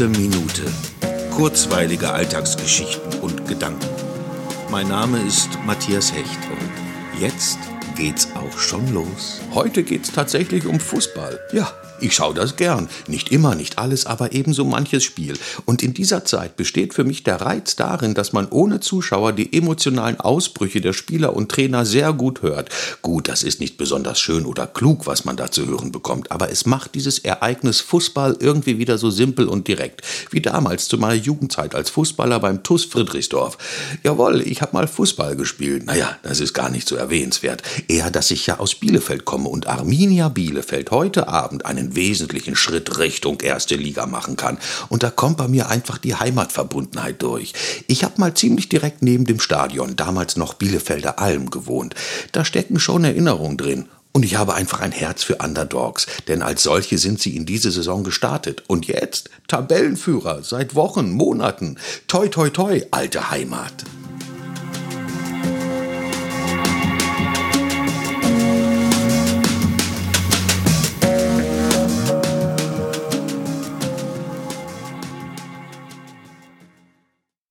Gute Minute. Kurzweilige Alltagsgeschichten und Gedanken. Mein Name ist Matthias Hecht und jetzt geht's auch schon los. Heute geht's tatsächlich um Fußball. Ja, ich schaue das gern. Nicht immer, nicht alles, aber ebenso manches Spiel. Und in dieser Zeit besteht für mich der Reiz darin, dass man ohne Zuschauer die emotionalen Ausbrüche der Spieler und Trainer sehr gut hört. Gut, das ist nicht besonders schön oder klug, was man da zu hören bekommt, aber es macht dieses Ereignis Fußball irgendwie wieder so simpel und direkt. Wie damals zu meiner Jugendzeit als Fußballer beim TuS Friedrichsdorf. Jawohl, ich habe mal Fußball gespielt. Naja, das ist gar nicht so erwähnenswert. Eher, dass ich ja aus Bielefeld komme und Arminia Bielefeld heute Abend einen wesentlichen Schritt Richtung erste Liga machen kann. Und da kommt bei mir einfach die Heimatverbundenheit durch. Ich habe mal ziemlich direkt neben dem Stadion, damals noch Bielefelder Alm, gewohnt. Da stecken schon Erinnerungen drin. Und ich habe einfach ein Herz für Underdogs, denn als solche sind sie in diese Saison gestartet. Und jetzt Tabellenführer seit Wochen, Monaten. Toi, toi, toi, alte Heimat.